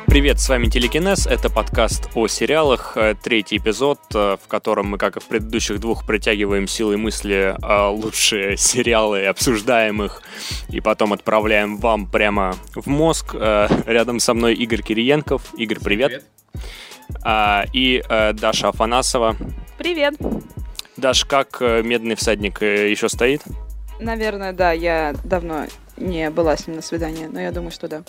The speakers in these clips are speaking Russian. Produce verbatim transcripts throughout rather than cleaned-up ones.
Привет, с вами Телекинез, это подкаст о сериалах, третий эпизод, в котором мы, как и в предыдущих двух, притягиваем силой мысли лучшие сериалы, обсуждаем их и потом отправляем вам прямо в мозг. Рядом со мной Игорь Кириенков. Игорь, привет. Привет. И Даша Афанасова. Привет. Даш, как «Медный всадник» еще стоит? Наверное, да, я давно не была с ним на свидании, но я думаю, что да.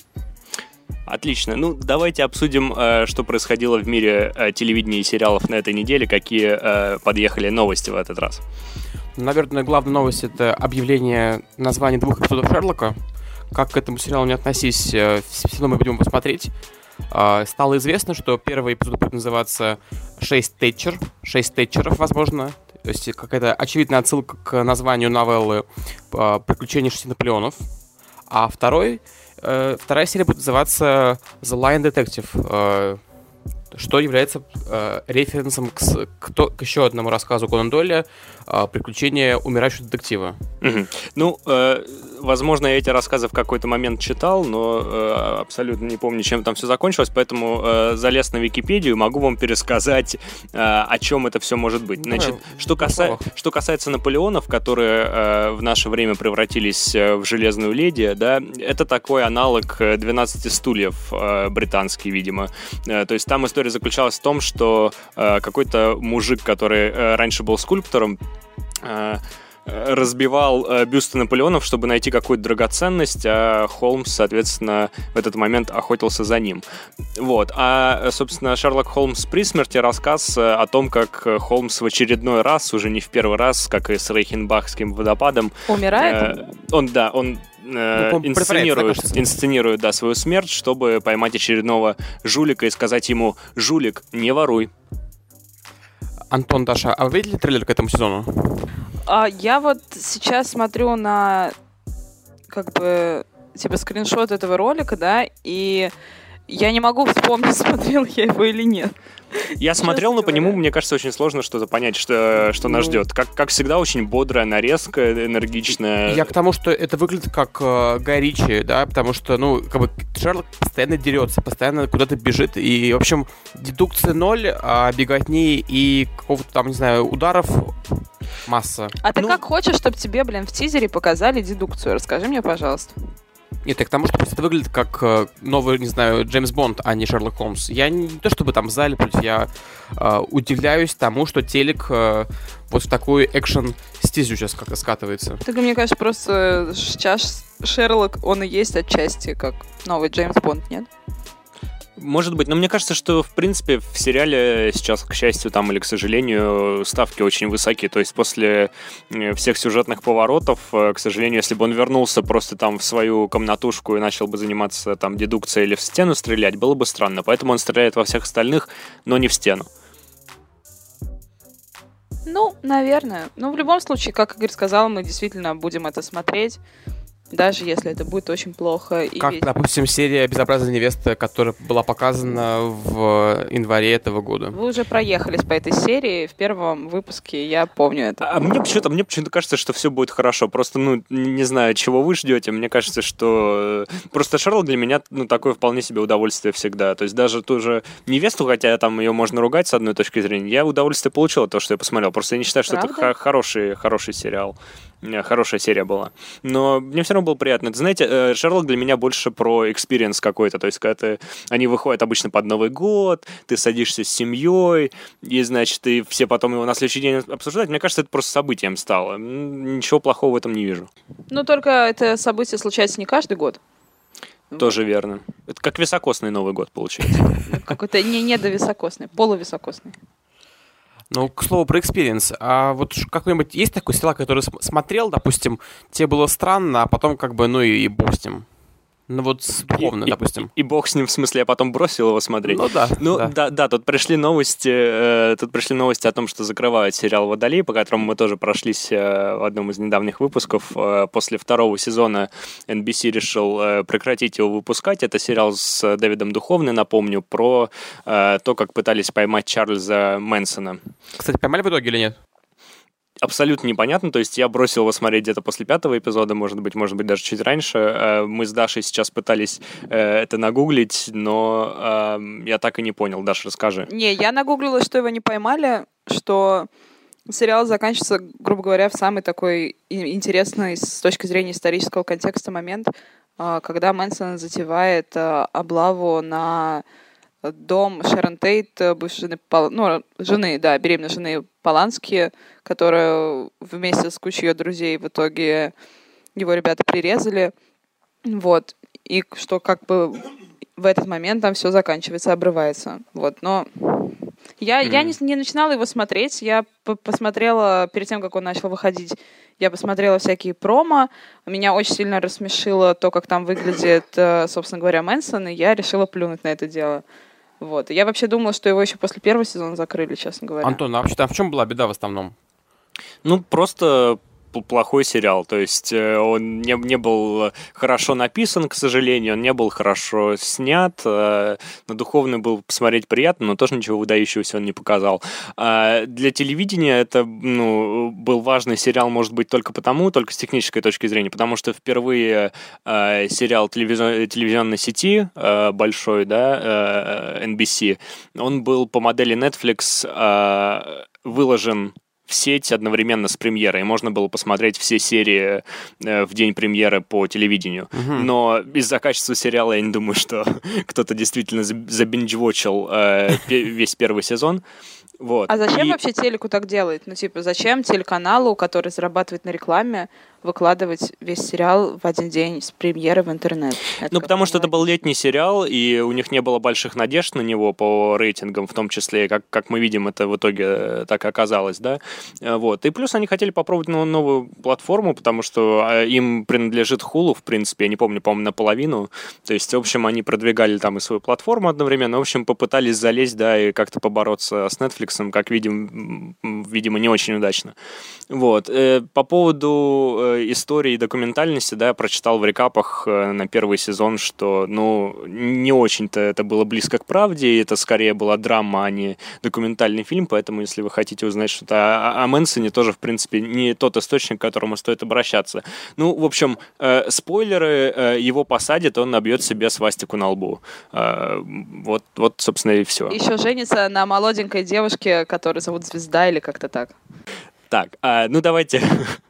Отлично. Ну, давайте обсудим, что происходило в мире телевидения и сериалов на этой неделе, какие подъехали новости в этот раз. Наверное, главная новость — это объявление названий двух эпизодов Шерлока. Как к этому сериалу не относись, все равно мы будем посмотреть. Стало известно, что первый эпизод будет называться «Шесть Тэтчер», «Шесть Тэтчеров», возможно. То есть какая-то очевидная отсылка к названию новеллы «Приключения шести Наполеонов». А второй... Вторая серия будет называться The Lion Detective, что является э, референсом к, к, то, к еще одному рассказу Конан Дойля э, «Приключения умирающего детектива». Угу. Ну, э, возможно, я эти рассказы в какой-то момент читал, но э, абсолютно не помню, чем там все закончилось, поэтому э, залез на Википедию, могу вам пересказать, э, о чем это все может быть. Значит, ну, что, каса... что касается Наполеонов, которые э, в наше время превратились в «Железную леди», да, это такой аналог «двенадцати стульев» э, британский, видимо. Э, то есть там история заключалась в том, что э, какой-то мужик, который э, раньше был скульптором, э, разбивал э, бюсты Наполеонов, чтобы найти какую-то драгоценность, а Холмс, соответственно, в этот момент охотился за ним. Вот. А, собственно, Шерлок Холмс при смерти — рассказ о том, как Холмс в очередной раз, уже не в первый раз, как и с Рейхенбахским водопадом... Умирает? Э, он, да, он... Ну, инсценирует, инсценирует да, свою смерть, чтобы поймать очередного жулика и сказать ему: «Жулик, не воруй». Антон, Даша, а вы видели трейлер к этому сезону? А, я вот сейчас смотрю на как бы типа скриншот этого ролика, да, и я не могу вспомнить, смотрел я его или нет. Я смотрел, но по нему, мне кажется, очень сложно что-то понять, что, что нас ну, ждет. Как, как всегда, очень бодрая нарезка, энергичная. Я к тому, что это выглядит как э, Гай Ричи, да, потому что, ну, как бы Шерлок постоянно дерется, постоянно куда-то бежит, и, в общем, дедукции ноль, а беготни и какого-то там, не знаю, ударов масса. А ты ну, как хочешь, чтобы тебе, блин, в тизере показали дедукцию? Расскажи мне, пожалуйста. Нет, так к тому, что это выглядит как э, новый, не знаю, Джеймс Бонд, а не Шерлок Холмс. Я не, не то чтобы там в зале, я э, удивляюсь тому, что телек э, вот в такую экшен-стезю сейчас как-то скатывается. Так, мне кажется, просто сейчас Шерлок, он и есть отчасти как новый Джеймс Бонд, нет? Может быть, но мне кажется, что, в принципе, в сериале сейчас, к счастью, там или к сожалению, ставки очень высоки. То есть после всех сюжетных поворотов, к сожалению, если бы он вернулся просто там в свою комнатушку и начал бы заниматься там дедукцией или в стену стрелять, было бы странно. Поэтому он стреляет во всех остальных, но не в стену. Ну, наверное. Ну, в любом случае, как Игорь сказал, мы действительно будем это смотреть. Даже если это будет очень плохо. И как, ведь... допустим, серия «Безобразная невеста», которая была показана в январе этого года. Вы уже проехались по этой серии в первом выпуске, я помню это. А мне почему-то, мне почему-то кажется, что все будет хорошо. Просто, ну, не знаю, чего вы ждете. Мне кажется, что просто Шерлок для меня, ну, такое вполне себе удовольствие всегда. То есть даже ту же невесту, хотя там ее можно ругать с одной точки зрения, я удовольствие получил от того, что я посмотрел. Просто я не считаю, что Правда? это хороший, хороший сериал. Хорошая серия была. Но мне все равно было приятно. Знаете, Шерлок для меня больше про экспириенс какой-то. То есть, когда ты, они выходят обычно под Новый год, ты садишься с семьей, и, значит, и все потом его на следующий день обсуждают. Мне кажется, это просто событием стало. Ничего плохого в этом не вижу. Ну, только это событие случается не каждый год. Тоже верно. Это как високосный Новый год, получается. Какой-то не недовисокосный, полувисокосный. Ну, к слову, про экспириенс. А вот какой-нибудь есть такой сериал, который смотрел, допустим, тебе было странно, а потом как бы, ну и, и бог с ним. Ну вот духовно, и, допустим. И, и бог с ним, в смысле, я потом бросил его смотреть. Ну да. Ну да, да, да тут пришли новости, э, тут пришли новости о том, что закрывают сериал «Водолей», по которому мы тоже прошлись э, в одном из недавних выпусков. Э, после второго сезона эн би си решил э, прекратить его выпускать. Это сериал с Дэвидом Духовны, напомню, про э, то, как пытались поймать Чарльза Мэнсона. Кстати, поймали в итоге или нет? абсолютно непонятно. То есть я бросил его смотреть где-то после пятого эпизода, может быть, может быть, даже чуть раньше. Мы с Дашей сейчас пытались это нагуглить, но я так и не понял. Даша, расскажи. Не, я нагуглила, что его не поймали, что сериал заканчивается, грубо говоря, в самый такой интересный с точки зрения исторического контекста момент, когда Мэнсон затевает облаву на дом Шерон Тейт, бывшей жены, ну, жены, да, беременной жены Полански, которая вместе с кучей ее друзей в итоге его ребята прирезали. Вот. И что как бы в этот момент там все заканчивается, обрывается. Вот. Но я, mm-hmm. я не, не начинала его смотреть. Я п- посмотрела, перед тем, как он начал выходить, я посмотрела всякие промо. Меня очень сильно рассмешило то, как там выглядит, собственно говоря, Мэнсон, и я решила плюнуть на это дело. Вот. Я вообще думала, что его еще после первого сезона закрыли, честно говоря. Антон, а вообще там в чем была беда в основном? Ну, просто плохой сериал. То есть он не, не был хорошо написан, к сожалению, он не был хорошо снят. На духовный был посмотреть приятно, но тоже ничего выдающегося он не показал. Для телевидения это, ну, был важный сериал, может быть, только потому, только с технической точки зрения, потому что впервые сериал телевизион, телевизионной сети большой, да, эн би си, он был по модели Netflix выложен в сеть одновременно с премьерой. Можно было посмотреть все серии э, в день премьеры по телевидению. Uh-huh. Но из-за качества сериала я не думаю, что кто-то действительно забинджвотчил э, весь первый сезон. Вот. А зачем И... вообще телеку так делать? Ну, типа, зачем телеканалу, который зарабатывает на рекламе, выкладывать весь сериал в один день с премьеры в интернет? Это ну, потому что это был летний сериал, и у них не было больших надежд на него по рейтингам, в том числе, как, как мы видим, это в итоге так и оказалось, да? Вот. И плюс они хотели попробовать новую платформу, потому что им принадлежит Hulu, в принципе, я не помню, по-моему, наполовину. То есть, в общем, они продвигали там и свою платформу одновременно, в общем, попытались залезть, да, и как-то побороться с Netflix, как видим, видимо, не очень удачно. Вот. По поводу истории и документальности, да, я прочитал в рекапах на первый сезон, что, ну, не очень-то это было близко к правде, и это скорее была драма, а не документальный фильм, поэтому, если вы хотите узнать что-то о, о Мэнсоне, тоже, в принципе, не тот источник, к которому стоит обращаться. Ну, в общем, э, спойлеры, э, его посадят, он набьет себе свастику на лбу. Э, вот, вот, собственно, и все. Еще женится на молоденькой девушке, которую зовут Звезда или как-то так. Так, э, ну давайте...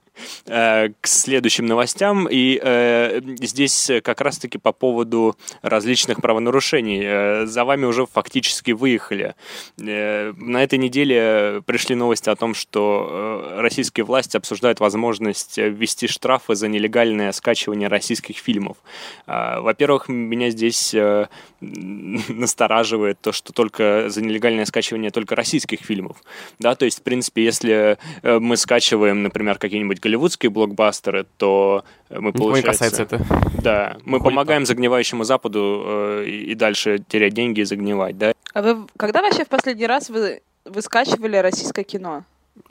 к следующим новостям. И э, здесь как раз-таки по поводу различных правонарушений. Э, за вами уже фактически выехали. Э, на этой неделе пришли новости о том, что э, российские власти обсуждают возможность ввести штрафы за нелегальное скачивание российских фильмов. Э, во-первых, меня здесь э, настораживает то, что только за нелегальное скачивание только российских фильмов. Да, то есть, в принципе, если э, мы скачиваем, например, какие-нибудь голливудские блокбастеры, то мы, получается... Не касается это. Да, мы Выходит помогаем так. загнивающему Западу э, и дальше терять деньги и загнивать, да? А вы когда вообще в последний раз вы, вы скачивали российское кино?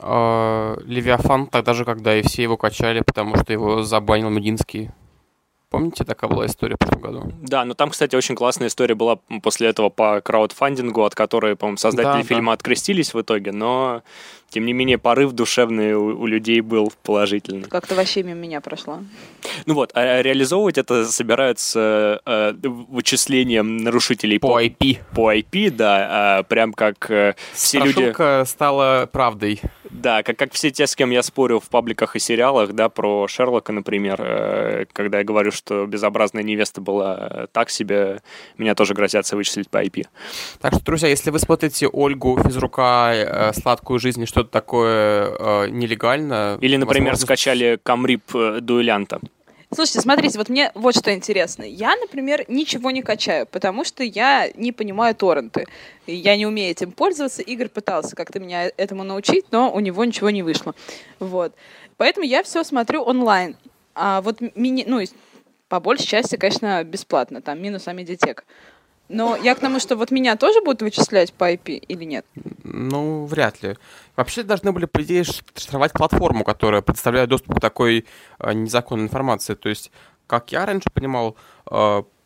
А, Левиафан тогда же, когда и все его качали, потому что его забанил Мединский. Помните, такая была история в прошлом году? Да, но там, кстати, очень классная история была после этого по краудфандингу, от которой, по-моему, создатели да, фильма да. открестились в итоге, но, тем не менее, порыв душевный у, у людей был положительный. Как-то вообще мимо меня прошло. Ну вот, а реализовывать это собираются э, вычислением нарушителей по, по ай пи. По ай пи, да, а, прям как э, все люди... Страшилка стала правдой. Да, как, как все те, с кем я спорю в пабликах и сериалах, да, про Шерлока, например, э, когда я говорю, что безобразная невеста была так себе, меня тоже грозятся вычислить по ай пи. Так что, друзья, если вы смотрите Ольгу, Физрука, э, Сладкую жизнь и что-то такое э, нелегально... Или, например, возможно... скачали Камрип Дуэлянта. Слушайте, смотрите, вот мне вот что интересно. Я, например, ничего не качаю, потому что я не понимаю торренты. Я не умею этим пользоваться. Игорь пытался как-то меня этому научить, но у него ничего не вышло. Вот. Поэтому я все смотрю онлайн. А вот мини... ну, по большей части, конечно, бесплатно. Там минус Амедиатека. Но я к тому, что вот меня тоже будут вычислять по ай пи или нет? Ну, вряд ли. Вообще должны были, по идее, штрафовать платформу, которая предоставляет доступ к такой э, незаконной информации. То есть, как я раньше понимал, э,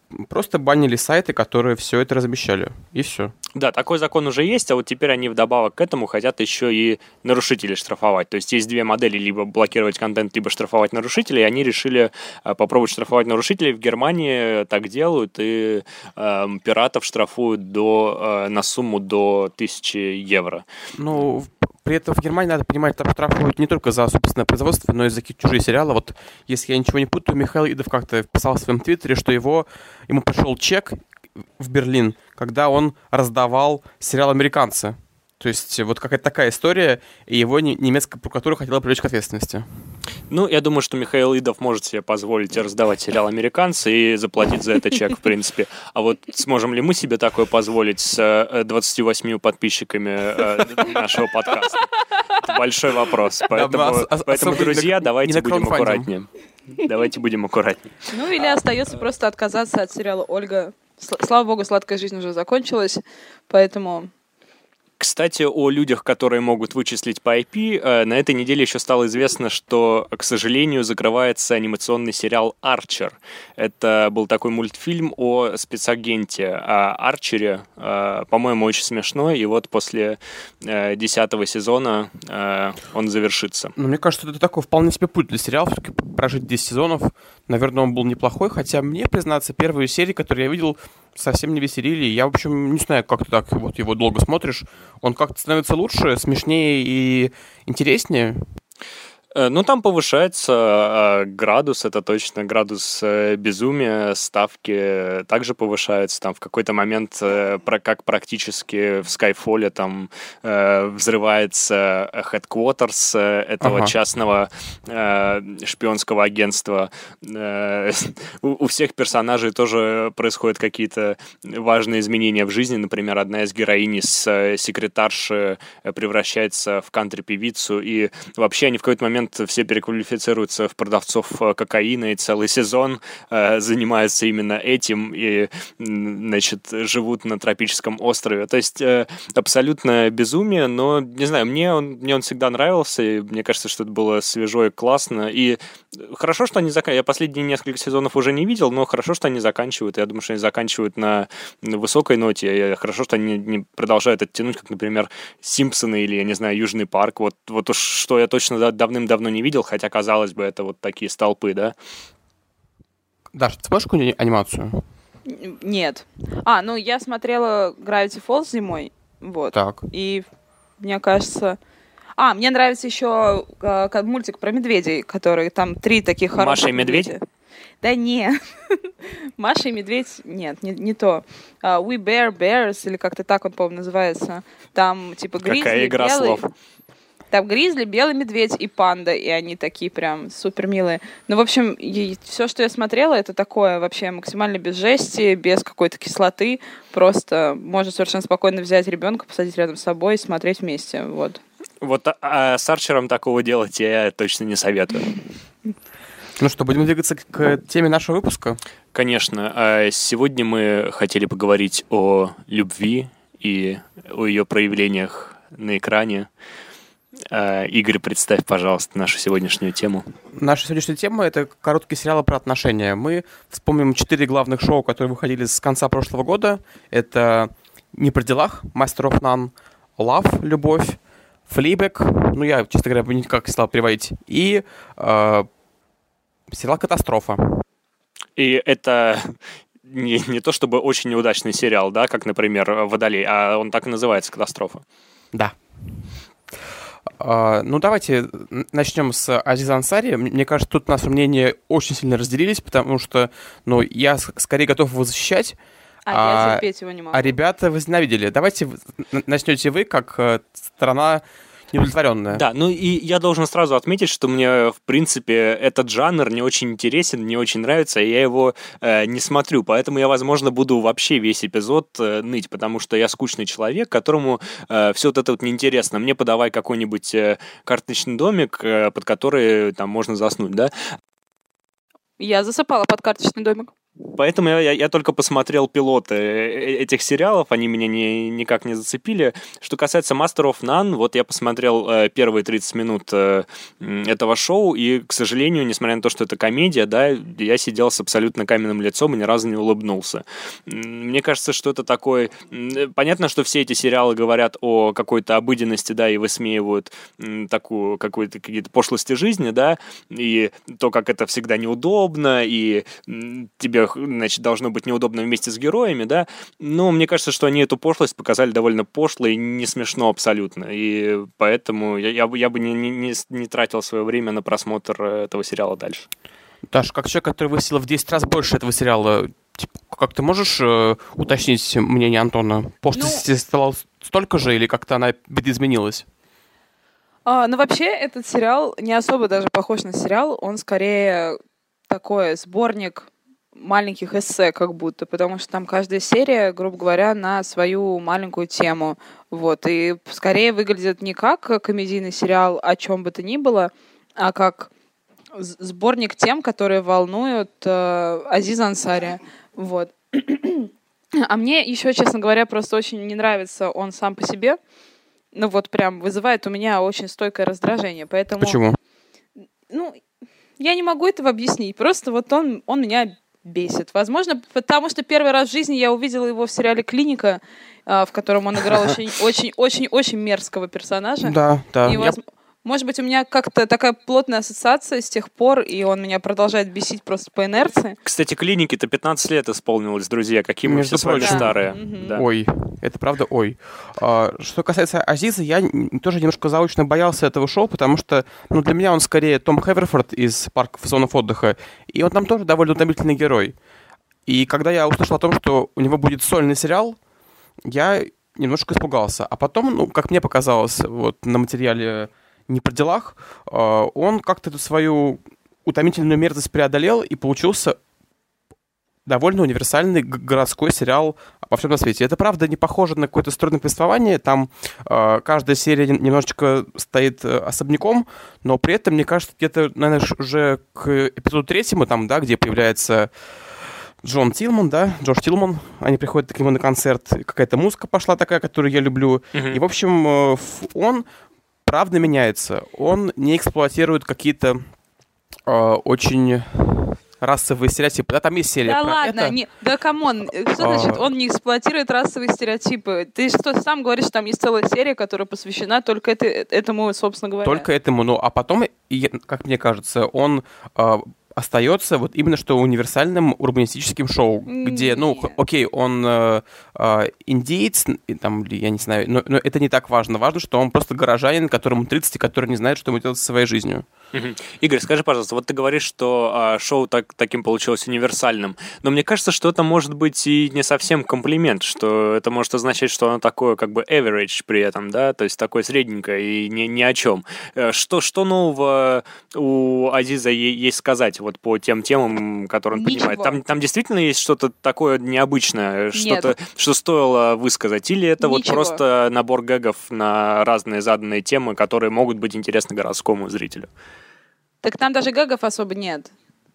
просто банили сайты, которые все это размещали, и все. Да, такой закон уже есть, а вот теперь они вдобавок к этому хотят еще и нарушителей штрафовать. То есть есть две модели: либо блокировать контент, либо штрафовать нарушителей, и они решили попробовать штрафовать нарушителей. В Германии так делают, и э, пиратов штрафуют до, э, на сумму до тысячи евро. Ну, при этом в Германии, надо понимать, там штрафуют не только за собственное производство, но и за какие-то чужие сериалы. Вот, если я ничего не путаю, Михаил Идов как-то писал в своем твиттере, что его, ему пришел чек в Берлин, когда он раздавал сериал «Американцы». То есть вот какая-то такая история, и его немецкая прокуратура хотела привлечь к ответственности. Ну, я думаю, что Михаил Идов может себе позволить раздавать сериал «Американцы» и заплатить за это чек, в принципе. А вот сможем ли мы себе такое позволить с двадцатью восьмью подписчиками нашего подкаста? Это большой вопрос. Поэтому, поэтому друзья, давайте будем аккуратнее. Давайте будем аккуратнее. Ну, или остается просто отказаться от сериала «Ольга». Слава богу, «Сладкая жизнь» уже закончилась, поэтому... Кстати, о людях, которые могут вычислить по ай пи, на этой неделе еще стало известно, что, к сожалению, закрывается анимационный сериал «Арчер». Это был такой мультфильм о спецагенте, о Арчере, по-моему, очень смешной, и вот после десятого сезона он завершится. Ну, мне кажется, это такой вполне себе путь для сериала, все-таки прожить десять сезонов, наверное, он был неплохой, хотя мне, признаться, первые серии, которые я видел, совсем не веселили. Я, в общем, не знаю, как ты так вот его долго смотришь. Он как-то становится лучше, смешнее и интереснее. Ну, там повышается э, градус, это точно, градус э, безумия, ставки также повышаются. Там в какой-то момент, э, про, как практически в Skyfall, там э, взрывается headquarters э, этого ага. частного э, шпионского агентства. Э, у, у всех персонажей тоже происходят какие-то важные изменения в жизни. Например, одна из героинь с э, секретарши превращается в кантри-певицу, и вообще они в какой-то момент все переквалифицируются в продавцов кокаина, и целый сезон э, занимаются именно этим, и, значит, живут на тропическом острове. То есть э, абсолютно безумие, но, не знаю, мне он, мне он всегда нравился, и мне кажется, что это было свежо и классно, и хорошо, что они заканчивают. Я последние несколько сезонов уже не видел, но хорошо, что они заканчивают. Я думаю, что они заканчивают на, на высокой ноте, и хорошо, что они не продолжают это тянуть, как, например, «Симпсоны» или, я не знаю, «Южный парк». Вот, вот уж что я точно давным-давно не видел, хотя, казалось бы, это вот такие столпы, да? Даша, ты смотришь какую-нибудь анимацию? Нет. А, ну, я смотрела Gravity Falls зимой, вот. Так. И мне кажется... А, мне нравится еще э, мультик про медведей, который там три таких хороших Маша и медведь? медведя. Да не. Маша и медведь, нет, не, не то. Uh, We Bear Bears, или как-то так он, по-моему, называется. Там типа гризли, Какая игра белый... слов? Там гризли, белый медведь и панда, и они такие прям супер милые. Ну, в общем, все, что я смотрела, это такое вообще максимально без жести, без какой-то кислоты. Просто можно совершенно спокойно взять ребенка, посадить рядом с собой и смотреть вместе, вот. Вот а, а с Арчером такого делать я точно не советую. Ну что, будем двигаться к теме нашего выпуска? Конечно. Сегодня мы хотели поговорить о любви и о ее проявлениях на экране. Игорь, представь, пожалуйста, нашу сегодняшнюю тему. Наша сегодняшняя тема — это короткие сериалы про отношения. Мы вспомним четыре главных шоу, которые выходили с конца прошлого года. Это «Не при делах», «Master of None», «Love», «Любовь», «Флибэг», ну я, честно говоря, никак не стал переводить, и э, сериал «Катастрофа». И это... Не, не то чтобы очень неудачный сериал, да, как, например, «Водолей», а он так и называется «Катастрофа». Да. Uh, ну, давайте начнем с Азиз Ансари. Мне кажется, тут наши мнения очень сильно разделились, потому что, ну, я скорее готов его защищать, а, а я терпеть его не могу. А ребята возненавидели. Давайте начнете вы, как uh, сторона неудовлетворенная. Да, ну и я должен сразу отметить, что мне, в принципе, этот жанр не очень интересен, не очень нравится, и я его э, не смотрю, поэтому я, возможно, буду вообще весь эпизод э, ныть, потому что я скучный человек, которому э, все вот это вот неинтересно. Мне подавай какой-нибудь э, карточный домик, э, под который там можно заснуть, да? Я засыпала под карточный домик. Поэтому я, я только посмотрел пилоты этих сериалов, они меня не, никак не зацепили. Что касается Master of None, вот я посмотрел э, первые тридцать минут э, этого шоу, и, к сожалению, несмотря на то, что это комедия, да, я сидел с абсолютно каменным лицом и ни разу не улыбнулся. Мне кажется, что это такой... Понятно, что все эти сериалы говорят о какой-то обыденности, да, и высмеивают такую, какую-то, какие-то пошлости жизни, да, и то, как это всегда неудобно, и тебе, значит, должно быть неудобно вместе с героями, да, но мне кажется, что они эту пошлость показали довольно пошло и не смешно абсолютно, и поэтому я, я, бы, я бы не, не, не тратил свое время на просмотр этого сериала дальше. Даш, как человек, который высидел в десять раз больше этого сериала, типа, как ты можешь э, уточнить мнение Антона? Пошлости ну... стало столько же или как-то она видоизменилась? А, ну, вообще, этот сериал не особо даже похож на сериал, он скорее такой сборник маленьких эссе как будто, потому что там каждая серия, грубо говоря, на свою маленькую тему. Вот. И скорее выглядит не как комедийный сериал о чем бы то ни было, а как сборник тем, которые волнуют э, Азиза Ансари. Вот. А мне еще, честно говоря, просто очень не нравится он сам по себе. Ну вот прям вызывает у меня очень стойкое раздражение. Поэтому... Почему? Ну, я не могу этого объяснить. Просто вот он, он меня бесит. Возможно, потому что первый раз в жизни я увидела его в сериале «Клиника», в котором он играл очень-очень-очень мерзкого персонажа. Да, да. И, воз... Может быть, у меня как-то такая плотная ассоциация с тех пор, и он меня продолжает бесить просто по инерции. Кстати, «Клинике»-то пятнадцать лет исполнилось, друзья. Какие мы все с вами старые. Mm-hmm. Да. Ой, это правда ой. А, что касается Азиза, я тоже немножко заочно боялся этого шоу, потому что ну, для меня он скорее Том Хеверфорд из «Парков и зонов отдыха», и он там тоже довольно утомительный герой. И когда я услышал о том, что у него будет сольный сериал, я немножко испугался. А потом, ну, как мне показалось, вот на материале «Не при делах», он как-то эту свою утомительную мерзость преодолел, и получился довольно универсальный городской сериал обо всем на свете. Это, правда, не похоже на какое-то стройное повествование, там каждая серия немножечко стоит особняком, но при этом, мне кажется, где-то, наверное, уже к эпизоду третьему, там, да, где появляется Джон Тилман, да, Джош Тилман, они приходят к нему на концерт, какая-то музыка пошла такая, которую я люблю, mm-hmm. и, в общем, он правда меняется. Он не эксплуатирует какие-то э, очень расовые стереотипы. Да, там есть серия да про ладно, это. Не, да камон, что значит он не эксплуатирует расовые стереотипы? Ты что, сам говоришь, что там есть целая серия, которая посвящена только это, этому, собственно говоря. Только этому, ну, а потом, как мне кажется, он... Э, остается вот именно что универсальным урбанистическим шоу, где, ну, Нет. окей, он э, э, индеец, там, я не знаю, но, но это не так важно. Важно, что он просто горожанин, которому тридцать, и который не знает, что ему делать со своей жизнью. Угу. Игорь, скажи, пожалуйста, вот ты говоришь, что а, шоу так, таким получилось универсальным, но мне кажется, что это может быть и не совсем комплимент, что это может означать, что оно такое как бы average при этом, да, то есть такое средненькое и ни, ни о чем. Что, что нового у Азиза есть сказать вот по тем темам, которые он Ничего. поднимает? Там, там действительно есть что-то такое необычное, что-то, что стоило высказать, или это Ничего. вот просто набор гэгов на разные заданные темы, которые могут быть интересны городскому зрителю? Так там даже гэгов особо нет.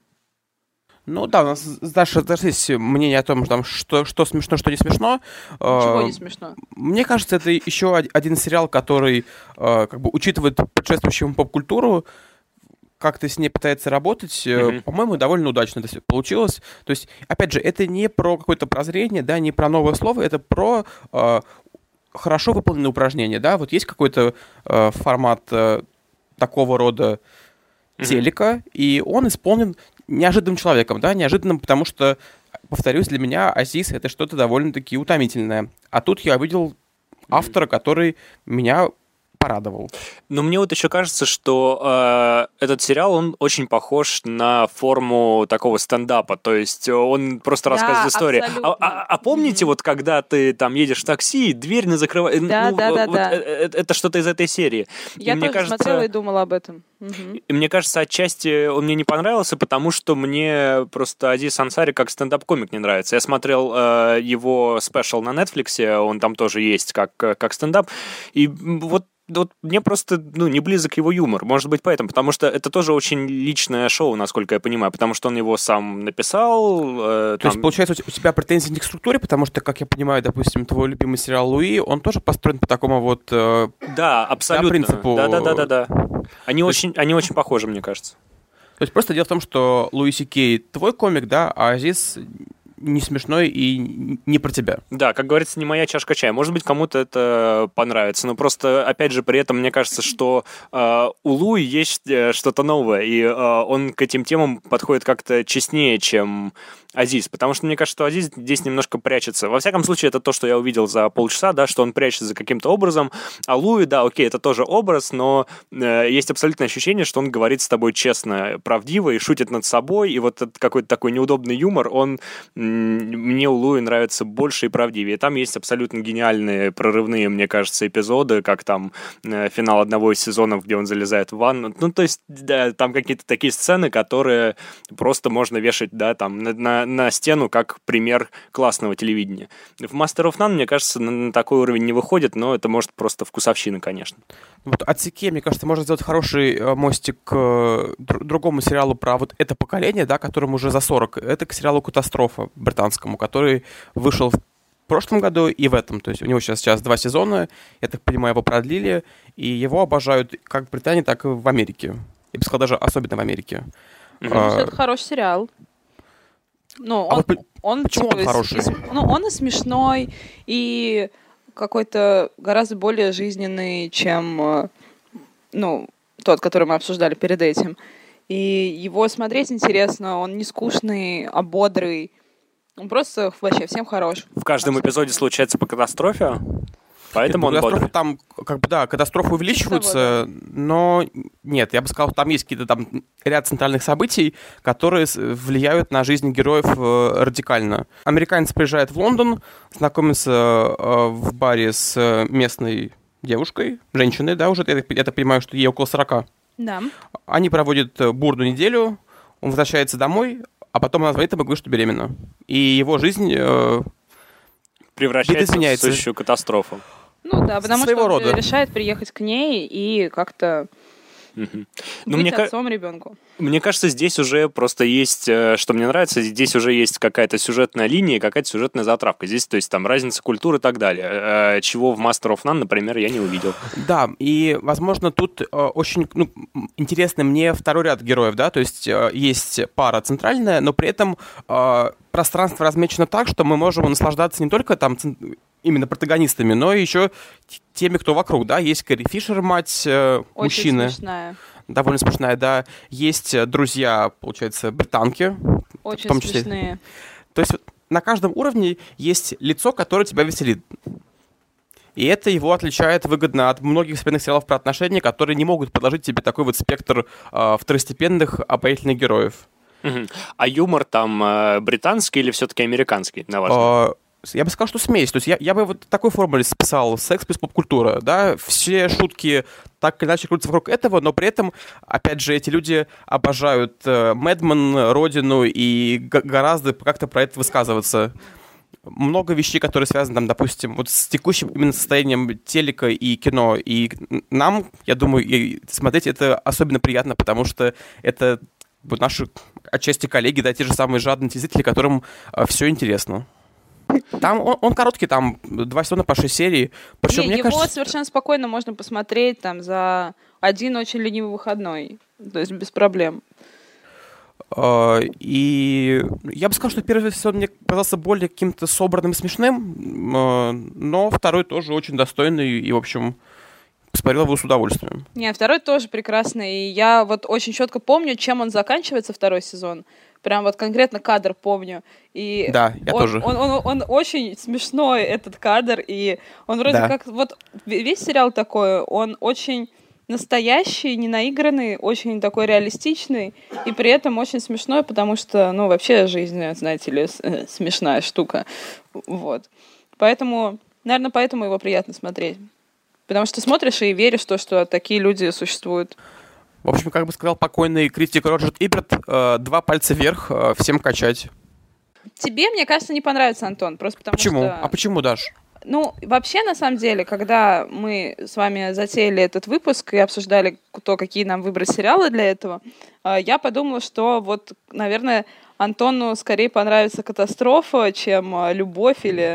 Ну да, у нас с Дашей есть мнение о том, там, что, что смешно, что не смешно. Ничего не смешно. Мне кажется, это еще один сериал, который как бы учитывает предшествующую поп-культуру, как-то с ней пытается работать. Mm-hmm. По-моему, довольно удачно это получилось. То есть, опять же, это не про какое-то прозрение, да, не про новое слово, это про э, хорошо выполненное упражнение, да. Вот есть какой-то э, формат э, такого рода телека, mm-hmm. и он исполнен неожиданным человеком, да, неожиданным, потому что, повторюсь, для меня Азиз — это что-то довольно-таки утомительное. А тут я увидел автора, который меня порадовал. Но мне вот еще кажется, что э, этот сериал, он очень похож на форму такого стендапа, то есть он просто да, рассказывает историю. А, а, а помните, mm-hmm. вот когда ты там едешь в такси, дверь не закрывает, да, ну, да, да, вот да. Это, это что-то из этой серии. Я и тоже мне кажется, смотрела и думала об этом. Mm-hmm. И мне кажется, отчасти он мне не понравился, потому что мне просто Азиз Ансари как стендап-комик не нравится. Я смотрел э, его спешл на Netflix, он там тоже есть как, как стендап, и вот вот мне просто, ну, не близок его юмор. Может быть, поэтому. Потому что это тоже очень личное шоу, насколько я понимаю. Потому что он его сам написал. Э, То там... есть, получается, у тебя претензии не к структуре, потому что, как я понимаю, допустим, твой любимый сериал «Луи», он тоже построен по такому вот... Э, да, абсолютно. Да, принципу... Да-да-да-да. Они, То очень, есть... они очень похожи, мне кажется. То есть просто дело в том, что Луи Си Кей твой комик, да, а Азиз не смешной и не про тебя. Да, как говорится, не моя чашка чая. Может быть, кому-то это понравится, но просто, опять же, при этом мне кажется, что э, у Луи есть что-то новое, и э, он к этим темам подходит как-то честнее, чем Азиз, потому что мне кажется, что Азиз здесь немножко прячется. Во всяком случае, это то, что я увидел за полчаса, да, что он прячется за каким-то образом, а Луи, да, окей, это тоже образ, но э, есть абсолютное ощущение, что он говорит с тобой честно, правдиво и шутит над собой, и вот этот какой-то такой неудобный юмор, он мне у Луи нравится больше и правдивее. Там есть абсолютно гениальные, прорывные, мне кажется, эпизоды, как там э, финал одного из сезонов, где он залезает в ванну. Ну, то есть, да, там какие-то такие сцены, которые просто можно вешать, да, там, на, на, на стену, как пример классного телевидения. В Master of None, мне кажется, на, на такой уровень не выходит, но это может просто вкусовщина, конечно. Вот от Сике, мне кажется, можно сделать хороший мостик к др- другому сериалу про вот это поколение, да, которому уже за сорок. Это к сериалу «Катастрофа» британскому, который вышел в прошлом году и в этом. То есть у него сейчас, сейчас два сезона, я так понимаю, его продлили, и его обожают как в Британии, так и в Америке. Я бы сказал, даже особенно в Америке. Mm-hmm. А, это хороший сериал. Ну, он, а вот он, почему типа, он хороший? И, ну, он и смешной, и какой-то гораздо более жизненный, чем, ну, тот, который мы обсуждали перед этим. И его смотреть интересно, он не скучный, а бодрый. Он просто вообще всем хорош. В каждом Абсолютно. Эпизоде случается по катастрофе, поэтому нет, он бодрый. Там, как бы, да, катастрофы увеличиваются, того, да. Но нет, я бы сказал, там есть какие-то там ряд центральных событий, которые влияют на жизнь героев э, радикально. Американец приезжает в Лондон, знакомится э, в баре с местной девушкой, женщиной, да, уже, я, я так понимаю, что ей около сорока. Да. Они проводят бурную неделю, он возвращается домой, а потом она звонит ему и говорит, что беременна. И его жизнь э, превращается в сущую катастрофу. Ну да, потому Своего что он рода. решает приехать к ней и как-то Угу. быть мне отцом ка... ребенку. Мне кажется, здесь уже просто есть, что мне нравится, здесь уже есть какая-то сюжетная линия, какая-то сюжетная затравка. Здесь, то есть, там разница культуры и так далее. Чего в Master of None, например, я не увидел. Да, и, возможно, тут э, очень ну, интересно мне второй ряд героев, да, то есть э, есть пара центральная, но при этом э, пространство размечено так, что мы можем наслаждаться не только там именно протагонистами, но и еще теми, кто вокруг, да, есть Кэрри Фишер, мать э, очень мужчины. Смешная. Довольно смешная, да. Есть друзья, получается, британки. Очень в том числе. Смешные. То есть на каждом уровне есть лицо, которое тебя веселит. И это его отличает выгодно от многих современных сериалов про отношения, которые не могут предложить тебе такой вот спектр э, второстепенных обаятельных героев. Угу. А юмор там э, британский или все-таки американский, на ваш взгляд? Я бы сказал, что смесь. То есть я, я бы вот такой формуле списал: секс плюс поп-культура, да, все шутки так или иначе крутятся вокруг этого, но при этом, опять же, эти люди обожают э, Мэдмен, Родину и г- гораздо как-то про это высказываться. Много вещей, которые связаны, там, допустим, вот с текущим именно состоянием телека и кино. И нам, я думаю, и смотреть это особенно приятно, потому что это вот наши отчасти коллеги, да, те же самые жадные зрители, которым э, все интересно. Там он, он короткий, там два сезона по шесть серий. Причем, Не, мне его кажется... совершенно спокойно можно посмотреть там за один очень ленивый выходной. То есть без проблем. Uh, и я бы сказал, что первый сезон мне казался более каким-то собранным, смешным, uh, но второй тоже очень достойный и, в общем, посмотрел его с удовольствием. Не, второй тоже прекрасный. И я вот очень четко помню, чем он заканчивается, второй сезон. Прям вот конкретно кадр помню. И да, я он, тоже. Он, он, он, он очень смешной, этот кадр. И он вроде да. как... Вот весь сериал такой, он очень настоящий, не наигранный, очень такой реалистичный. И при этом очень смешной, потому что, ну, вообще жизнь, знаете ли, смешная штука. Вот. Поэтому, наверное, поэтому его приятно смотреть. Потому что ты смотришь и веришь в то, что такие люди существуют. В общем, как бы сказал покойный критик Роджер Иберт, э, два пальца вверх, э, всем качать. Тебе, мне кажется, не понравится, Антон, просто потому почему? что... А почему, Даш? Ну, вообще, на самом деле, когда мы с вами затеяли этот выпуск и обсуждали то, какие нам выбрать сериалы для этого, я подумала, что вот, наверное, Антону скорее понравится «Катастрофа», чем «Любовь» или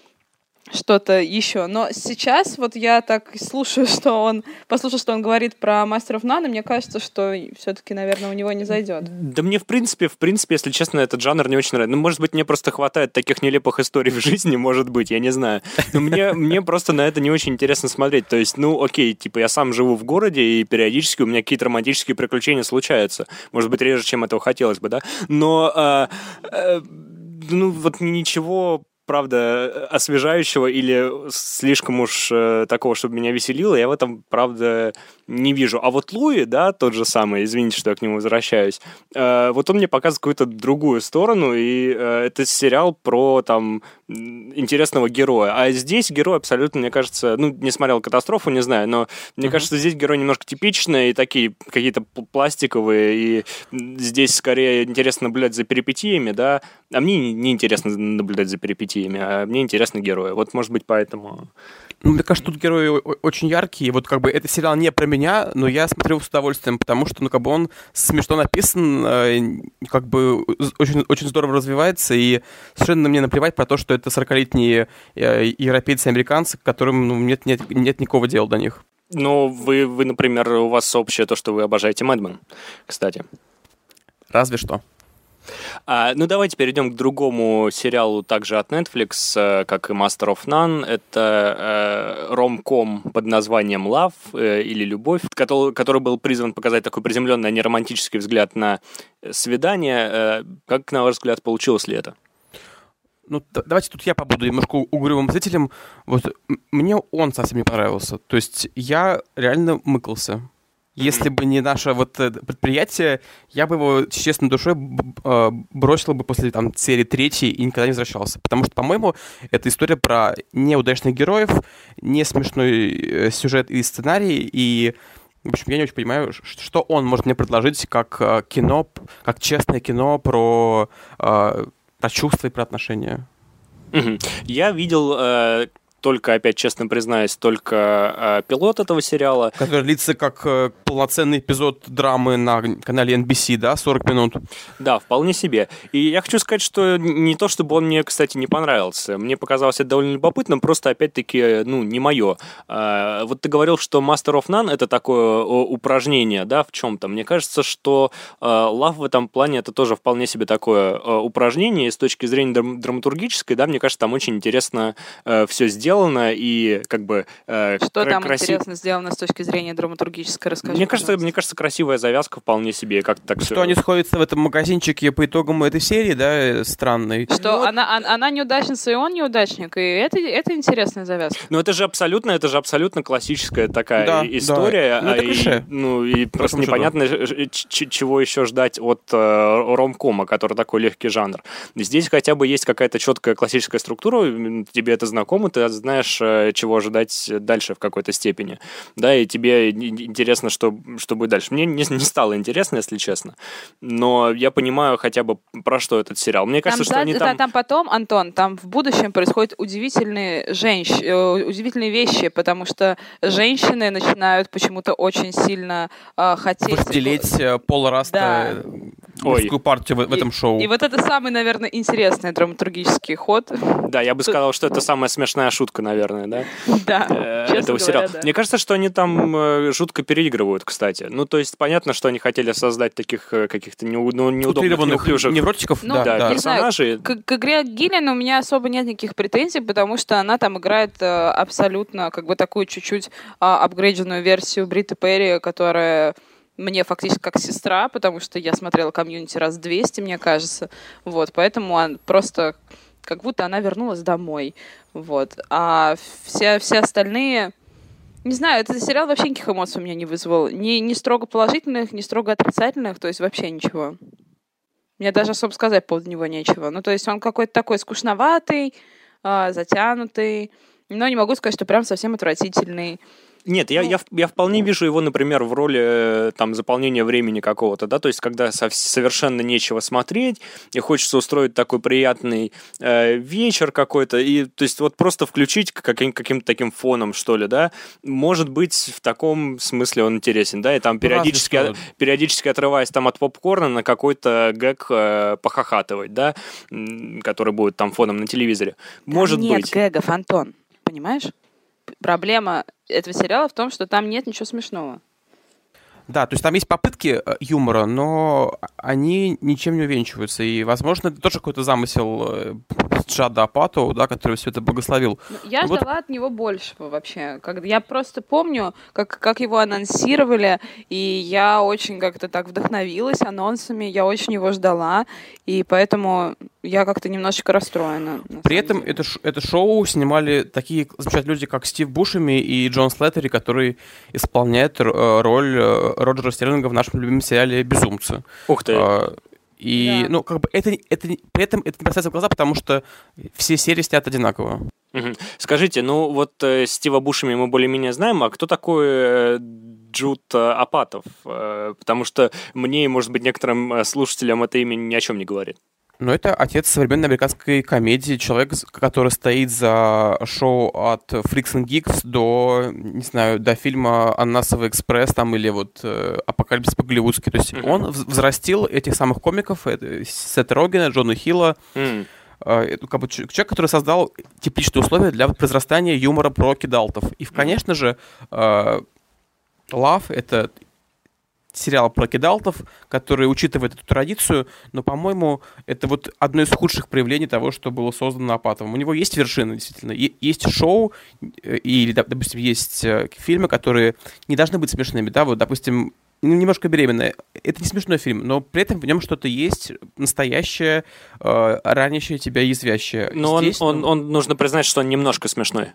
что-то еще. Но сейчас вот я так слушаю, что он, послушаю, что он говорит про Master of None, и мне кажется, что все-таки, наверное, у него не зайдет. Да мне, в принципе, в принципе, если честно, этот жанр не очень нравится. Ну, может быть, мне просто хватает таких нелепых историй в жизни, может быть, я не знаю. Но мне, мне просто на это не очень интересно смотреть. То есть, ну, окей, типа, я сам живу в городе, и периодически у меня какие-то романтические приключения случаются. Может быть, реже, чем этого хотелось бы, да? Но, э, э, ну, вот ничего... правда, освежающего или слишком уж э, такого, чтобы меня веселило, я в этом, правда, не вижу. А вот Луи, да, тот же самый, извините, что я к нему возвращаюсь, э, вот он мне показывает какую-то другую сторону, и э, это сериал про, там, интересного героя. А здесь герой абсолютно, мне кажется, ну, не смотрел «Катастрофу», не знаю, но мне uh-huh. кажется, здесь герой немножко типичный, и такие какие-то пластиковые, и здесь скорее интересно наблюдать за перипетиями, да, а мне не интересно наблюдать за перипетиями, а мне интересны герои. Вот, может быть, поэтому... Ну, мне кажется, тут герои очень яркие. Вот как бы этот сериал не про меня, но я смотрел с удовольствием, потому что, ну, как бы он смешно написан, как бы очень, очень здорово развивается, и совершенно мне наплевать про то, что это сорокалетние европейцы и американцы, к которым, ну, нет, нет, нет никакого дела до них. Ну, вы, вы, например, у вас общее то, что вы обожаете Мэд Мен, кстати. Разве что. А, ну, давайте перейдем к другому сериалу, также от Netflix, как и Master of None. Это э, ром-ком под названием Love э, или Любовь, который, который был призван показать такой приземленный, а не романтический взгляд на свидание. Э, как, на ваш взгляд, получилось ли это? Ну, давайте тут я побуду немножко угрюмым зрителем. Вот мне он совсем не понравился. То есть я реально мыкался. Если бы не наше вот предприятие, я бы его с честной душой бросил бы после там, серии третьей и никогда не возвращался. Потому что, по-моему, это история про неудачных героев, не смешной сюжет и сценарий, и, в общем, я не очень понимаю, что он может мне предложить как кино, как честное кино про, про чувства и про отношения. Я видел... Только, опять честно признаюсь, только э, пилот этого сериала. Который длится как э, полноценный эпизод драмы на канале эн би си, да, сорок минут? Да, вполне себе. И я хочу сказать, что не то, чтобы он мне, кстати, не понравился. Мне показалось это довольно любопытным, просто, опять-таки, ну, не мое. Э, вот ты говорил, что Master of None — это такое упражнение, да, в чем-то. Мне кажется, что э, Love в этом плане — это тоже вполне себе такое э, упражнение. И с точки зрения драм- драматургической, да, мне кажется, там очень интересно э, все сделано. И как бы э, что кра- там красив... интересно сделано с точки зрения драматургической, расскажи. Мне кажется, мне кажется, красивая завязка вполне себе, как так. Что все... они сходятся в этом магазинчике по итогам этой серии, да, странной. Что ну, она, она, она неудачница и он неудачник, и это, это интересная завязка. Ну это же абсолютно, это же абсолютно классическая такая да, история, да. Ну, это клише. И, ну и просто непонятно, ч- чего еще ждать от э, ромкома, который такой легкий жанр. Здесь хотя бы есть какая-то четкая классическая структура, тебе это знакомо, ты знаешь, чего ожидать дальше в какой-то степени. Да, и тебе интересно, что, что будет дальше. Мне не, не стало интересно, если честно. Но я понимаю хотя бы, про что этот сериал. Мне кажется, там, что они там... Там потом, Антон, там в будущем происходят удивительные, женщ... удивительные вещи, потому что женщины начинают почему-то очень сильно э, хотеть... Вожделеть Пола Раста, мужскую партию в, в этом шоу. И, и вот это самый, наверное, интересный драматургический ход. Да, я бы сказал, что это самая смешная шутка, наверное, да? Да, э, этого сериала. Да. Мне кажется, что они там э, жутко переигрывают, кстати. Ну, то есть, понятно, что они хотели создать таких э, каких-то неу- ну, неудобных, неуклюжих невротиков, ну, да, да, да. персонажей. Знаю, к, к игре Гиллиан у меня особо нет никаких претензий, потому что она там играет э, абсолютно, как бы, такую чуть-чуть э, апгрейдженную версию Бриты Перри, которая... мне фактически как сестра, потому что я смотрела «Комьюнити» раз двести, мне кажется. Вот, поэтому он просто как будто она вернулась домой. Вот. А все, все остальные... Не знаю, этот сериал вообще никаких эмоций у меня не вызвал. Ни, ни строго положительных, ни строго отрицательных, то есть вообще ничего. Мне даже особо сказать по поводу него нечего. Ну, то есть он какой-то такой скучноватый, э, затянутый, но не могу сказать, что прям совсем отвратительный. Нет, я, Ну. я, я вполне вижу его, например, в роли э, там заполнения времени какого-то, да, то есть когда со- совершенно нечего смотреть, и хочется устроить такой приятный э, вечер какой-то, и то есть вот просто включить каким- каким-то таким фоном, что ли, да, может быть, в таком смысле он интересен, да, и там Ну, разве периодически, что. периодически отрываясь там от попкорна на какой-то гэг э, похохатывать, да, м, который будет там фоном на телевизоре. Может Там нет быть. гэгов, Антон, понимаешь? П- Проблема этого сериала в том, что там нет ничего смешного. Да, то есть там есть попытки э, юмора, но они ничем не увенчиваются. И, возможно, это тоже какой-то замысел э, Джада Апатоу, да, который все это благословил. Ну, Я Ну вот- ждала от него большего вообще. Как, я просто помню, как, как его анонсировали, и я очень как-то так вдохновилась анонсами, я очень его ждала, и поэтому я как-то немножечко расстроена. на При самом этом деле. это, ш- это шоу снимали такие замечательные люди, как Стив Бушеми и Джон Слеттери, которые исполняют р- э, роль э, Роджера Стерлинга в нашем любимом сериале «Безумцы». Ух ты. А, И, Да. ну, как бы это, это, не- при этом это не бросается в глаза, потому что все серии снят одинаково. Мгм. Скажите, ну вот э, Стива Бушеми мы более-менее знаем, а кто такой э, Джуд э, Апатов? Э, потому что мне и, может быть, некоторым э, слушателям это имя ни о чем не говорит. Но это отец современной американской комедии, человек, с- который стоит за шоу от Freaks and Geeks до, не знаю, до фильма «Ананасовый экспресс» там, или вот э, «Апокалипсис по-голливудски». То есть Мгм. он вз- взрастил этих самых комиков, это Сета Рогена, Джона Хилла, М. э, это как бы ч- человек, который создал тепличные условия для вот произрастания юмора про кидалтов. И, в- конечно же, э, Love — это сериал про кидалтов, который учитывает эту традицию, но, по-моему, это вот одно из худших проявлений того, что было создано Апатовым. У него есть вершины, действительно. Е- есть шоу, э, или, доп- допустим, есть э, фильмы, которые не должны быть смешными, да, вот, допустим, ну, «Немножко беременная». Это не смешной фильм, но при этом в нем что-то есть настоящее, э, ранящее тебя, язвящее. Но он, Здесь, он, ну, он, нужно признать, что он немножко смешной.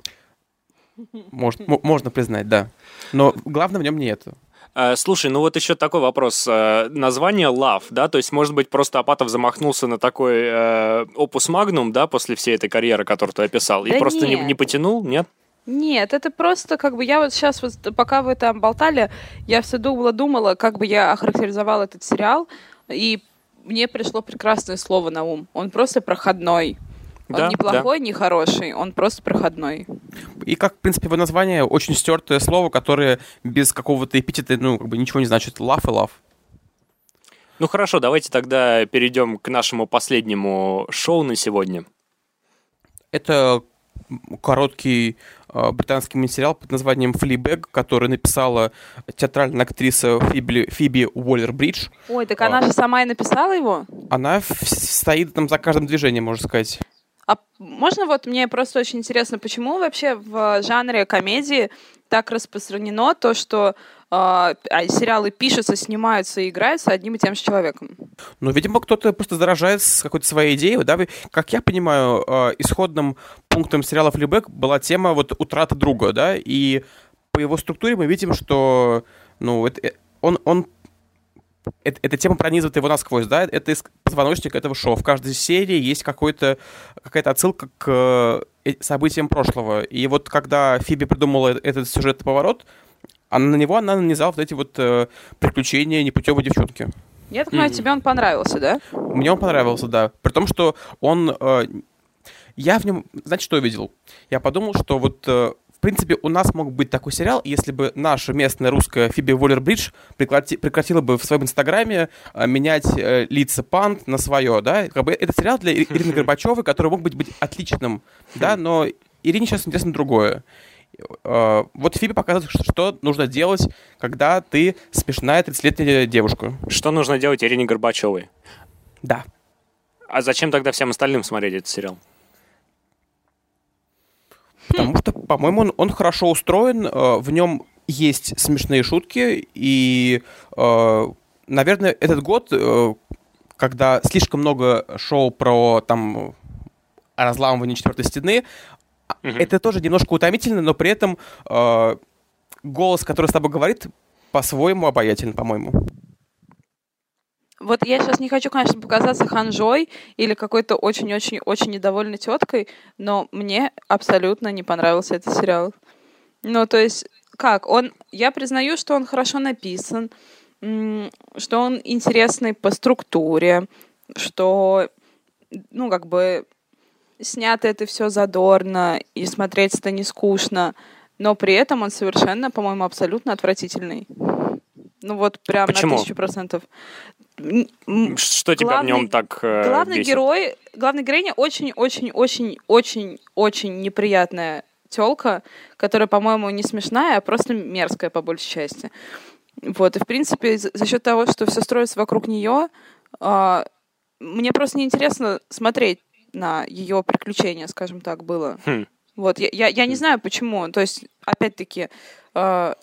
может, м- можно признать, да. Но главное в нем не это. Э, Слушай, ну вот еще такой вопрос. Э, Название Love, да, то есть, может быть, просто Апатов замахнулся на такой э, опус магнум, да, после всей этой карьеры, которую ты описал, и Да просто не, нет. не потянул, нет? Нет, это просто как бы я вот сейчас, вот, пока вы там болтали, я все думала, думала, как бы я охарактеризовала этот сериал, и мне пришло прекрасное слово на ум. Он просто проходной. Он Да, не плохой, не хороший, он просто проходной. И как, в принципе, его название очень стертое слово, которое без какого-то эпитета, ну, как бы ничего не значит. Love и love. Ну хорошо, давайте тогда перейдем к нашему последнему шоу на сегодня. Это короткий э, британский мультсериал под названием «Флибэг», который написала театральная актриса Фиби, Фиби Уоллер-Бридж. Ой, так она А. же сама и написала его? Она в- стоит там за каждым движением, можно сказать. А можно вот мне просто очень интересно, почему вообще в жанре комедии так распространено то, что э, а сериалы пишутся, снимаются и играются одним и тем же человеком? Ну, видимо, кто-то просто заражает с какой-то своей идеей. Да? Вы- Как я понимаю, э, исходным пунктом сериала «Флибэг» была тема вот утраты друга, да, и по его структуре мы видим, что, ну, это, э, он, он эт- эта тема пронизывает его насквозь, да, это из позвоночника этого шоу. В каждой серии есть какой-то, какая-то отсылка к э, событиям прошлого. И вот когда Фиби придумала этот сюжетный поворот, она, на него она нанизала вот эти вот э, приключения непутевой девчонки. Я так понимаю, Мгм. тебе он понравился, да? Мне он понравился, да. При том, что он... э, я в нем... Знаете, что увидел? Я подумал, что вот... э, в принципе, у нас мог быть такой сериал, если бы наша местная русская Фиби Уоллер-Бридж прекрати- прекратила бы в своем инстаграме э, менять э, лица панд на свое, да? Как бы это сериал для Ир- Ирины Горбачевой, который мог быть, быть отличным, да? Но Ирине сейчас интересно другое. Э, вот Фиби показывает, что, что нужно делать, когда ты смешная тридцатилетняя девушка. Что нужно делать Ирине Горбачевой? Да. А зачем тогда всем остальным смотреть этот сериал? Потому что, по-моему, он, он хорошо устроен, э, в нем есть смешные шутки, и, э, наверное, этот год, э, когда слишком много шоу про там разламывание четвертой стены, Мгм. это тоже немножко утомительно, но при этом э, голос, который с тобой говорит, по-своему обаятельный, по-моему. Вот я сейчас не хочу, конечно, показаться ханжой или какой-то очень-очень-очень недовольной теткой, но мне абсолютно не понравился этот сериал. Ну, то есть, как? Он, я признаю, что он хорошо написан, что он интересный по структуре, что, ну, как бы, снято это все задорно, и смотреть это не скучно, но при этом он совершенно, по-моему, абсолютно отвратительный. Ну, вот прям Почему? на тысячу процентов. Что тебя в нем так э, главный бесит? герой, главная героиня очень-очень-очень-очень-очень неприятная тёлка, которая, по-моему, не смешная, а просто мерзкая по большей части. Вот, и, в принципе, за, за счет того, что все строится вокруг нее, э, мне просто неинтересно смотреть на ее приключения, скажем так, было. Хм. Вот, я, я, я не знаю, почему. То есть, опять-таки, э,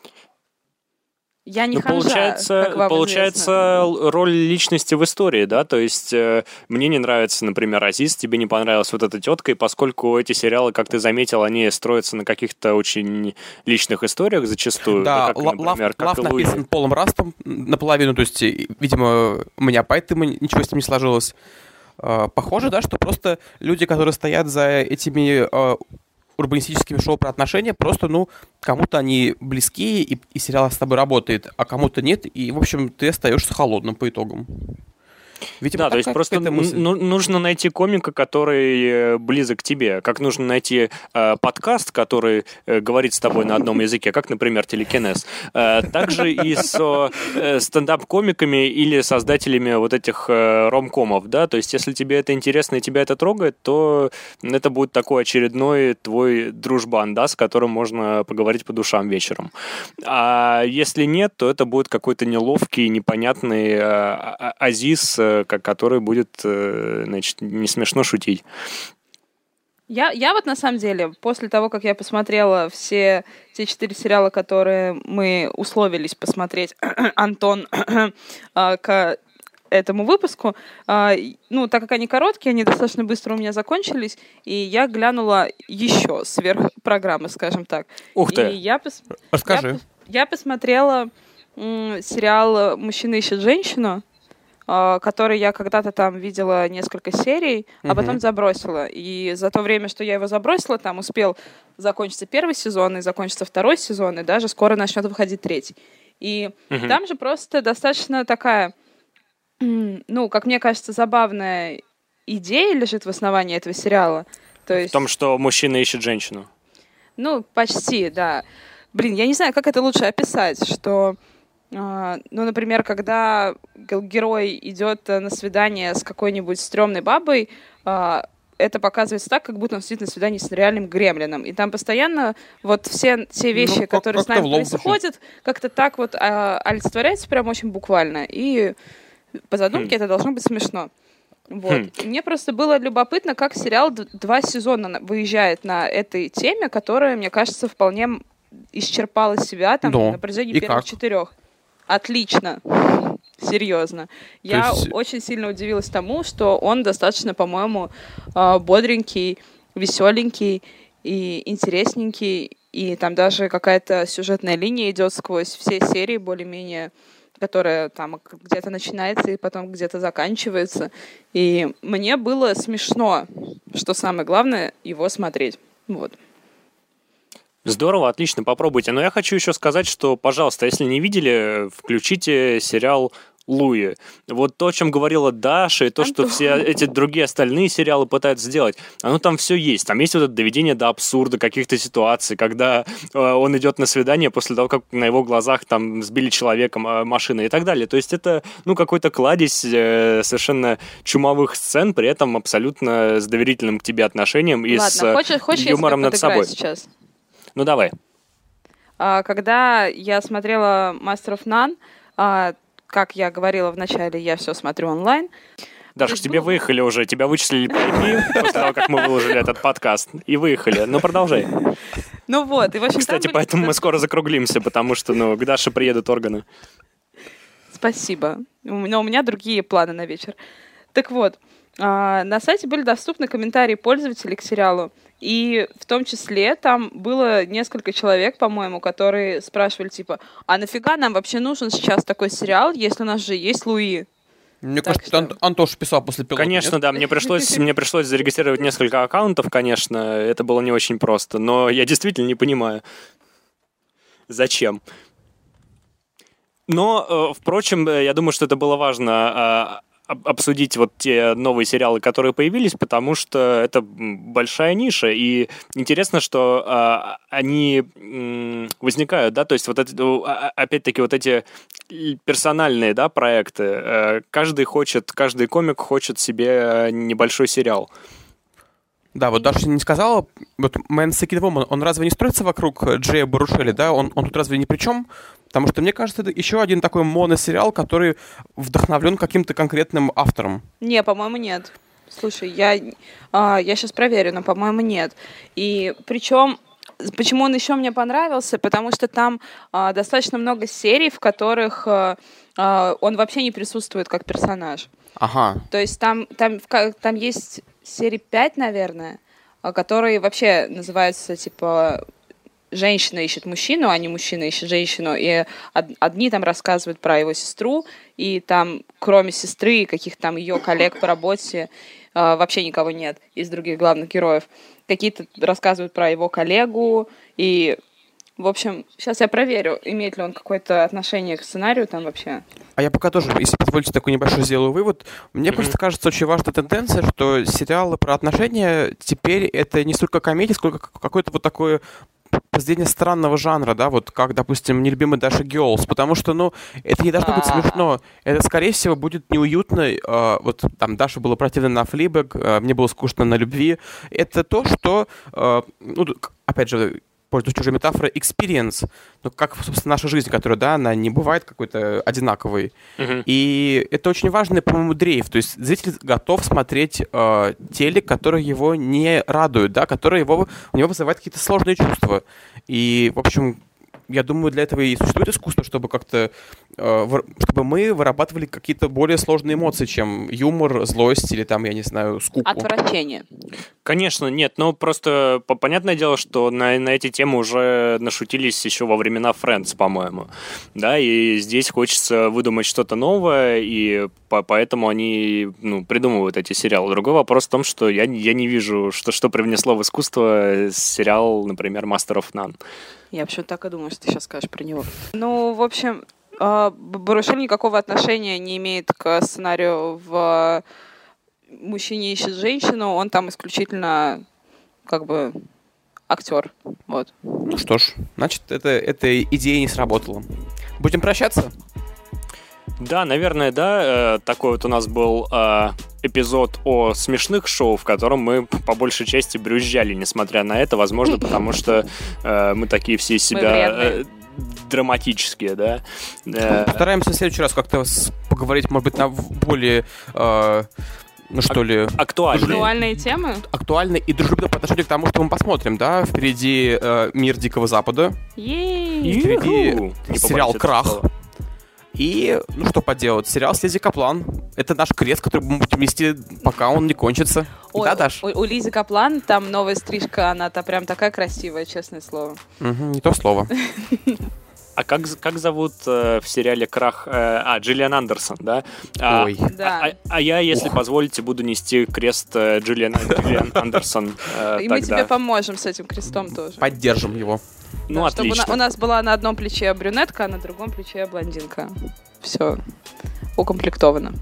я не ну, ханжа, получается, как вам получается известно. роль личности в истории, да, то есть э, мне не нравится, например, Азиз, тебе не понравилась вот эта тетка, и поскольку эти сериалы, как ты заметил, они строятся на каких-то очень личных историях зачастую, Да, ну, как, Лав, например, как Лав и Луи. написан Полом Растом наполовину, то есть, видимо, у меня поэтому ничего с ним не сложилось. Похоже, да, что просто люди, которые стоят за этими урбанистическими шоу про отношения, просто, ну, кому-то они близкие, и, и сериал с тобой работает, а кому-то нет, и, в общем, ты остаешься холодным по итогам. Видимо, да, то есть просто ну, нужно найти комика, который близок к тебе, как нужно найти э, подкаст, который э, говорит с тобой на одном языке, как, например, телекинез. Э, также и с э, стендап-комиками или создателями вот этих э, ромкомов, да, то есть если тебе это интересно и тебя это трогает, то это будет такой очередной твой дружбан, да, с которым можно поговорить по душам вечером. А если нет, то это будет какой-то неловкий, непонятный э, Азиз, который будет, значит, не смешно шутить. Я, я вот на самом деле, после того, как я посмотрела все те четыре сериала, которые мы условились посмотреть, Антон, к этому выпуску, ну, так как они короткие, они достаточно быстро у меня закончились, и я глянула еще сверх программы, скажем так. Ух ты! И я пос... Расскажи. Я, я посмотрела м, сериал «Мужчина ищет женщину», который я когда-то там видела несколько серий, а потом uh-huh. забросила. И за то время, что я его забросила, там успел закончиться первый сезон, и закончится второй сезон, и даже скоро начнет выходить третий. И uh-huh. там же просто достаточно такая, ну, как мне кажется, забавная идея лежит в основании этого сериала. То есть... В том, что мужчина ищет женщину. Ну, почти, да. Блин, я не знаю, как это лучше описать, что... Ну, например, когда герой идет на свидание с какой-нибудь стрёмной бабой, это показывается так, как будто он сидит на свидании с реальным гремлином. И там постоянно вот все, все вещи, ну, как, которые с нами происходят, как-то так вот а, олицетворяются прям очень буквально. И по задумке хм. это должно быть смешно. Вот. Хм. Мне просто было любопытно, как сериал два сезона выезжает на этой теме, которая, мне кажется, вполне исчерпала себя там да. на протяжении первых как? четырех. Отлично. Серьезно. Я есть... очень сильно удивилась тому, что он достаточно, по-моему, бодренький, веселенький и интересненький. И там даже какая-то сюжетная линия идет сквозь все серии более-менее, которая там где-то начинается и потом где-то заканчивается. И мне было смешно, что самое главное, его смотреть. Вот. Здорово, отлично, попробуйте. Но я хочу еще сказать, что, пожалуйста, если не видели, включите сериал «Луи». Вот то, о чем говорила Даша, и то, что все эти другие остальные сериалы пытаются сделать, оно там все есть. Там есть вот это доведение до абсурда каких-то ситуаций, когда э, он идет на свидание после того, как на его глазах там сбили человека э, машиной и так далее. То есть это, ну, какой-то кладезь э, совершенно чумовых сцен, при этом абсолютно с доверительным к тебе отношением и Ладно, с хочешь, хочешь, юмором над собой. Сейчас? Ну, давай. Когда я смотрела Master of None, как я говорила в начале, я все смотрю онлайн. Даша, к тебе был... выехали уже, тебя вычислили по ай пи после того, как мы выложили этот подкаст, и выехали. Ну, продолжай. Ну вот, и в общем... Кстати, поэтому мы скоро закруглимся, потому что, ну, к Даше приедут органы. Спасибо. Но у меня другие планы на вечер. Так вот, на сайте были доступны комментарии пользователей к сериалу, и в том числе там было несколько человек, по-моему, которые спрашивали, типа, а нафига нам вообще нужен сейчас такой сериал, если у нас же есть Луи? Мне так кажется, что... Антош писал после пилота. Конечно, нет? да, мне пришлось, мне пришлось зарегистрировать несколько аккаунтов, конечно, это было не очень просто, но я действительно не понимаю. Зачем? Но, впрочем, я думаю, что это было важно обсудить вот те новые сериалы, которые появились, потому что это большая ниша, и интересно, что а, они м, возникают, да, то есть вот эти, опять-таки вот эти персональные, да, проекты, э, каждый хочет, каждый комик хочет себе небольшой сериал. Да, вот Даша не сказала, вот Man Second Woman, он разве не строится вокруг Джея Барушелли, да, он, он тут разве ни при чем? Потому что, мне кажется, это еще один такой моносериал, который вдохновлен каким-то конкретным автором. Не, по-моему, нет. Слушай, я, а, я сейчас проверю, но, по-моему, нет. И причем, почему он еще мне понравился? Потому что там а, достаточно много серий, в которых а, а, он вообще не присутствует как персонаж. Ага. То есть там, там, там есть серии пять, наверное, которые вообще называются, типа... Женщина ищет мужчину, а не мужчина ищет женщину. И одни там рассказывают про его сестру, и там, кроме сестры и каких-то там ее коллег по работе, вообще никого нет из других главных героев. Какие-то рассказывают про его коллегу. И, в общем, сейчас я проверю, имеет ли он какое-то отношение к сценарию там вообще. А я пока тоже, если позволите, такой небольшой сделаю вывод. Мне mm-hmm. просто кажется очень важная тенденция, что сериалы про отношения теперь это не столько комедия, сколько какое-то вот такое произведение странного жанра, да, вот как, допустим, «Нелюбимый Даша Girls», потому что, ну, это не должно быть смешно, это, скорее всего, будет неуютно, э, вот там Даша было противно на «Флибэг», э, мне было скучно на «Любви», это то, что, э, ну, опять же, пользуясь чужой метафорой, experience, ну, как, собственно, наша жизнь, которая, да, она не бывает какой-то одинаковой. Uh-huh. И это очень важный, по-моему, дрейф. То есть зритель готов смотреть э, телек, которые его не радуют, да, которые его, у него вызывают какие-то сложные чувства. И, в общем, я думаю, для этого и существует искусство, чтобы как-то, э, чтобы мы вырабатывали какие-то более сложные эмоции, чем юмор, злость или там, я не знаю, скуку. Отвращение. Конечно, нет, но просто понятное дело, что на, на эти темы уже нашутились еще во времена Friends, по-моему, да, и здесь хочется выдумать что-то новое, и по, поэтому они, ну, придумывают эти сериалы. Другой вопрос в том, что я, я не вижу, что, что привнесло в искусство сериал, например, Master of None. Я почему-то так и думаю, что ты сейчас скажешь про него. Ну, в общем, Барушель никакого отношения не имеет к сценарию в «Мужчине ищет женщину». Он там исключительно как бы актер. Вот. Ну что ж, значит, это, эта идея не сработала. Будем прощаться? Да, наверное, да. Такой вот у нас был эпизод о смешных шоу, в котором мы по большей части брюзжали, несмотря на это, возможно, потому что мы такие все из себя драматические, да. Постараемся в следующий раз как-то поговорить, может быть, на более... Ну что ли... Актуальные. Актуальные темы. Актуальные и дружелюбно по отношению к тому, что мы посмотрим, да? Впереди э, «Мир Дикого Запада». Е-е-е. Впереди сериал «Крах». И, ну что поделать, сериал с Лизи Каплан. Это наш крест, который мы будем вести, пока он не кончится. Ой, да, Даш? У, у Лизи Каплан там новая стрижка, она-то прям такая красивая, честное слово. Угу, не то слово. А как, как зовут э, в сериале «Крах»? Э, а, Джиллиан Андерсон, да? А, Ой. Да. А, а я, если Ух. позволите, буду нести крест э, Джиллиан, Джиллиан Андерсон. Э, И тогда. мы тебе поможем с этим крестом тоже. Поддержим его. Ну, да, отлично. Чтобы у нас была на одном плече брюнетка, а на другом плече блондинка. Все укомплектовано.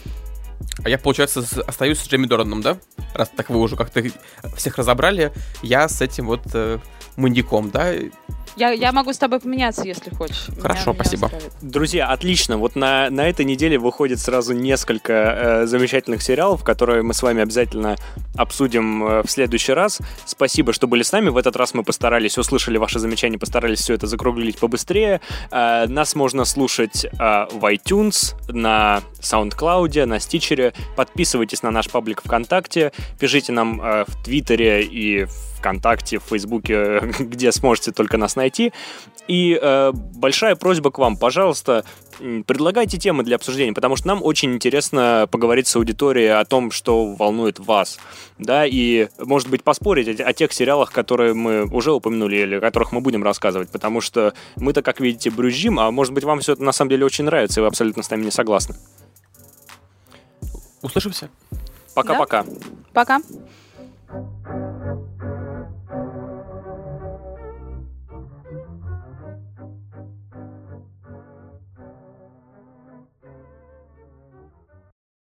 А я, получается, остаюсь с Джейми Дораном, да? Раз так вы уже как-то всех разобрали, я с этим вот э, маньяком, да? Я, я могу с тобой поменяться, если хочешь. Хорошо, меня, спасибо. Меня Друзья, отлично. Вот на, на этой неделе выходит сразу несколько э, замечательных сериалов, которые мы с вами обязательно обсудим э, в следующий раз. Спасибо, что были с нами. В этот раз мы постарались, услышали ваши замечания, постарались все это закруглить побыстрее. Э, нас можно слушать э, в iTunes, на SoundCloud, на Stitcher. Подписывайтесь на наш паблик ВКонтакте. Пишите нам э, в Твиттере и ВКонтакте, в Фейсбуке, где сможете только нас найти. И э, большая просьба к вам, пожалуйста, предлагайте темы для обсуждения, потому что нам очень интересно поговорить с аудиторией о том, что волнует вас, да, и, может быть, поспорить о, о тех сериалах, которые мы уже упомянули или о которых мы будем рассказывать, потому что мы-то, как видите, брюзжим, а может быть, вам все это на самом деле очень нравится, и вы абсолютно с нами не согласны. Услышимся. Пока-пока. Да? Пока.